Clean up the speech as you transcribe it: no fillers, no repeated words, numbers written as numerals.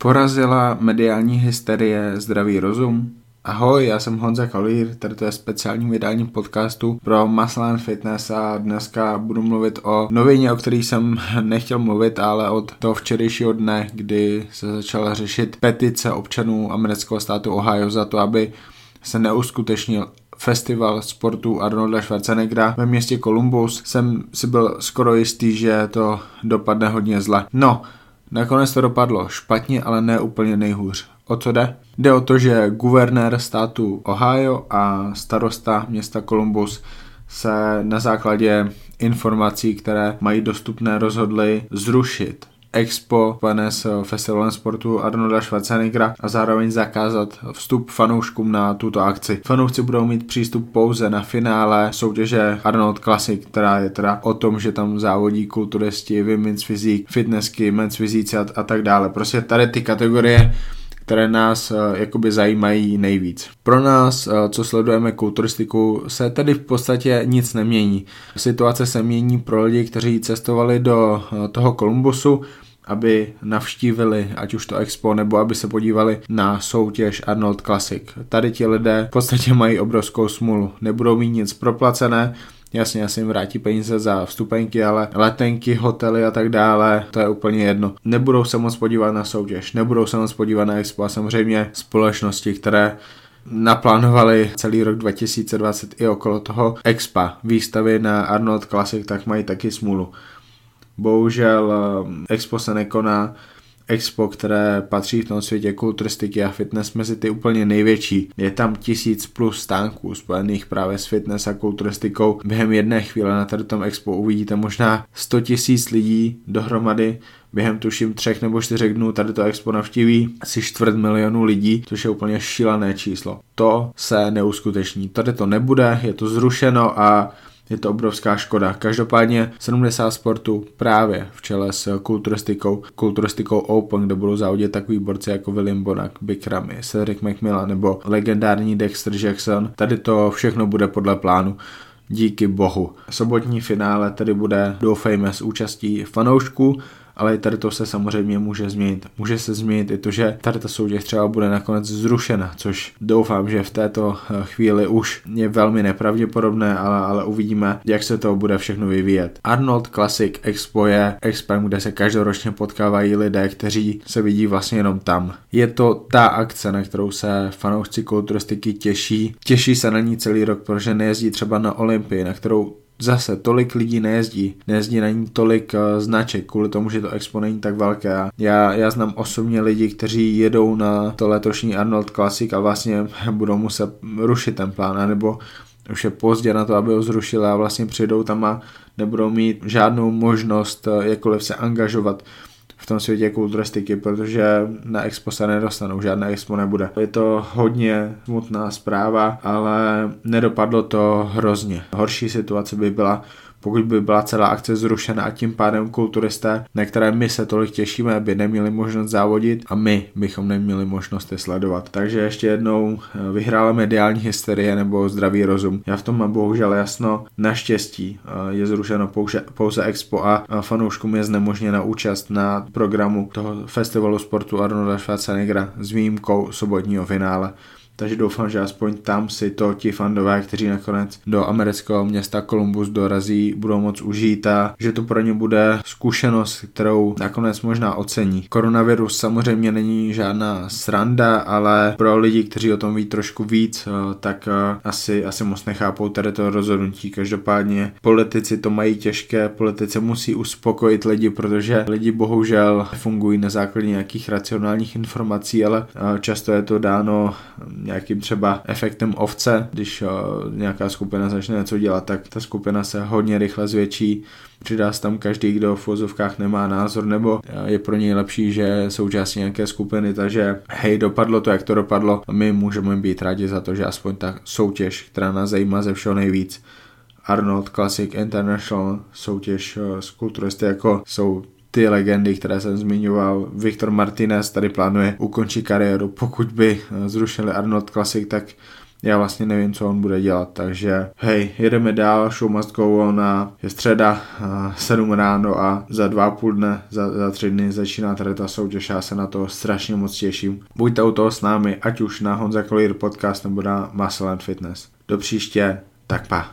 Porazila mediální hysterie zdravý rozum? Ahoj, já jsem Honza Kalír, tady to je speciální vydání podcastu pro Muscle and Fitness a dneska budu mluvit o novině, o který jsem nechtěl mluvit, ale od toho včerejšího dne, kdy se začala řešit petice občanů amerického státu Ohio za to, aby se neuskutečnil festival sportu Arnolda Schwarzeneggera ve městě Columbus, jsem si byl skoro jistý, že to dopadne hodně zle. No, nakonec to dopadlo špatně, ale ne úplně nejhůř. O co jde? Jde o to, že guvernér státu Ohio a starosta města Columbus se na základě informací, které mají dostupné, rozhodli zrušit expo spojené s festivalem sportu Arnolda Schwarzeneggera a zároveň zakázat vstup fanouškům na tuto akci. Fanoušci budou mít přístup pouze na finále soutěže Arnold Classic, která je teda o tom, že tam závodí kulturisti, women's physique, fitnessky, men's physique a tak dále. Prostě tady ty kategorie, které nás jakoby zajímají nejvíc. Pro nás, co sledujeme kulturistiku, se tedy v podstatě nic nemění. Situace se mění pro lidi, kteří cestovali do toho Columbusu, aby navštívili ať už to expo, nebo aby se podívali na soutěž Arnold Classic. Tady ti lidé v podstatě mají obrovskou smůlu. Nebudou mít nic proplacené, jasně, asi jim vrátí peníze za vstupenky, ale letenky, hotely a tak dále, to je úplně jedno. Nebudou se moc podívat na soutěž, nebudou se moc podívat na expo a samozřejmě společnosti, které naplánovali celý rok 2020 i okolo toho expa výstavy na Arnold Classic, tak mají taky smůlu. Bohužel expo se nekoná, expo, které patří v tom světě kulturistiky a fitness mezi ty úplně největší. Je tam 1000+ stánků spojených právě s fitness a kulturistikou. Během jedné chvíle na tady tom expo uvidíte možná 100 000 lidí dohromady. Během tuším 3 nebo 4 dnů tady to expo navštíví asi 250 000 lidí, což je úplně šílené číslo. To se neuskuteční. Tady to nebude, je to zrušeno a je to obrovská škoda. Každopádně 70 sportů právě v čele s kulturistikou Open, kde budou závodit takový borci jako William Bonac, Big Ramy, Cedric McMillan nebo legendární Dexter Jackson. Tady to všechno bude podle plánu. Díky bohu. Sobotní finále tedy bude, doufejme, s účastí fanoušků, ale i tady to se samozřejmě může změnit. Může se změnit i to, že tady ta soutěž třeba bude nakonec zrušena, což doufám, že v této chvíli už je velmi nepravděpodobné, ale uvidíme, jak se to bude všechno vyvíjet. Arnold Classic Expo je expem, kde se každoročně potkávají lidé, kteří se vidí vlastně jenom tam. Je to ta akce, na kterou se fanoušci kulturistiky těší. Těší se na ní celý rok, protože nejezdí třeba na Olympii, na kterou zase tolik lidí nejezdí na ní tolik značek, kvůli tomu, že to expo není tak velké. Já znám osobně lidi, kteří jedou na to letošní Arnold Classic a vlastně budou muset rušit ten plán, anebo už je pozdě na to, aby ho zrušili a vlastně přijdou tam a nebudou mít žádnou možnost jakkoliv se angažovat v tom světě kulturistiky, protože na expo se nedostanou, žádné expo nebude. Je to hodně smutná zpráva, ale nedopadlo to hrozně. Horší situace by byla, pokud by byla celá akce zrušena a tím pádem kulturisté, na které my se tolik těšíme, by neměli možnost závodit a my bychom neměli možnost je sledovat. Takže ještě jednou vyhrála mediální hysterie nebo zdravý rozum. Já v tom mám bohužel jasno. Naštěstí je zrušeno pouze expo a fanouškům je znemožněna účast na programu toho festivalu sportu Arnolda Schwarzeneggera s výjimkou sobotního finále. Takže doufám, že aspoň tam si to ti fandové, kteří nakonec do amerického města Columbus dorazí, budou moc užít a že to pro ně bude zkušenost, kterou nakonec možná ocení. Koronavirus samozřejmě není žádná sranda, ale pro lidi, kteří o tom ví trošku víc, tak asi moc nechápou tady to rozhodnutí. Každopádně politici to mají těžké, politici musí uspokojit lidi, protože lidi bohužel fungují na základě nějakých racionálních informací, ale často je to dáno nějakým třeba efektem ovce, když nějaká skupina začne něco dělat, tak ta skupina se hodně rychle zvětší, přidá se tam každý, kdo v uvozovkách nemá názor, nebo je pro něj lepší, že je součástí nějaké skupiny, takže hej, dopadlo to, jak to dopadlo, a my můžeme být rádi za to, že aspoň ta soutěž, která nás zajímá ze všeho nejvíc, Arnold Classic International, soutěž s kulturisty, jako jsou ty legendy, které jsem zmiňoval. Viktor Martinez tady plánuje ukončit kariéru. Pokud by zrušili Arnold Classic, tak já vlastně nevím, co on bude dělat, takže hej, jedeme dál, show must go on a je středa 7 ráno a za 2,5 dne, za 3 dny začíná tady ta soutěž, já se na to strašně moc těším. Buďte u toho s námi, ať už na Honza Kolír podcast nebo na Muscle and Fitness. Do příště, tak pa.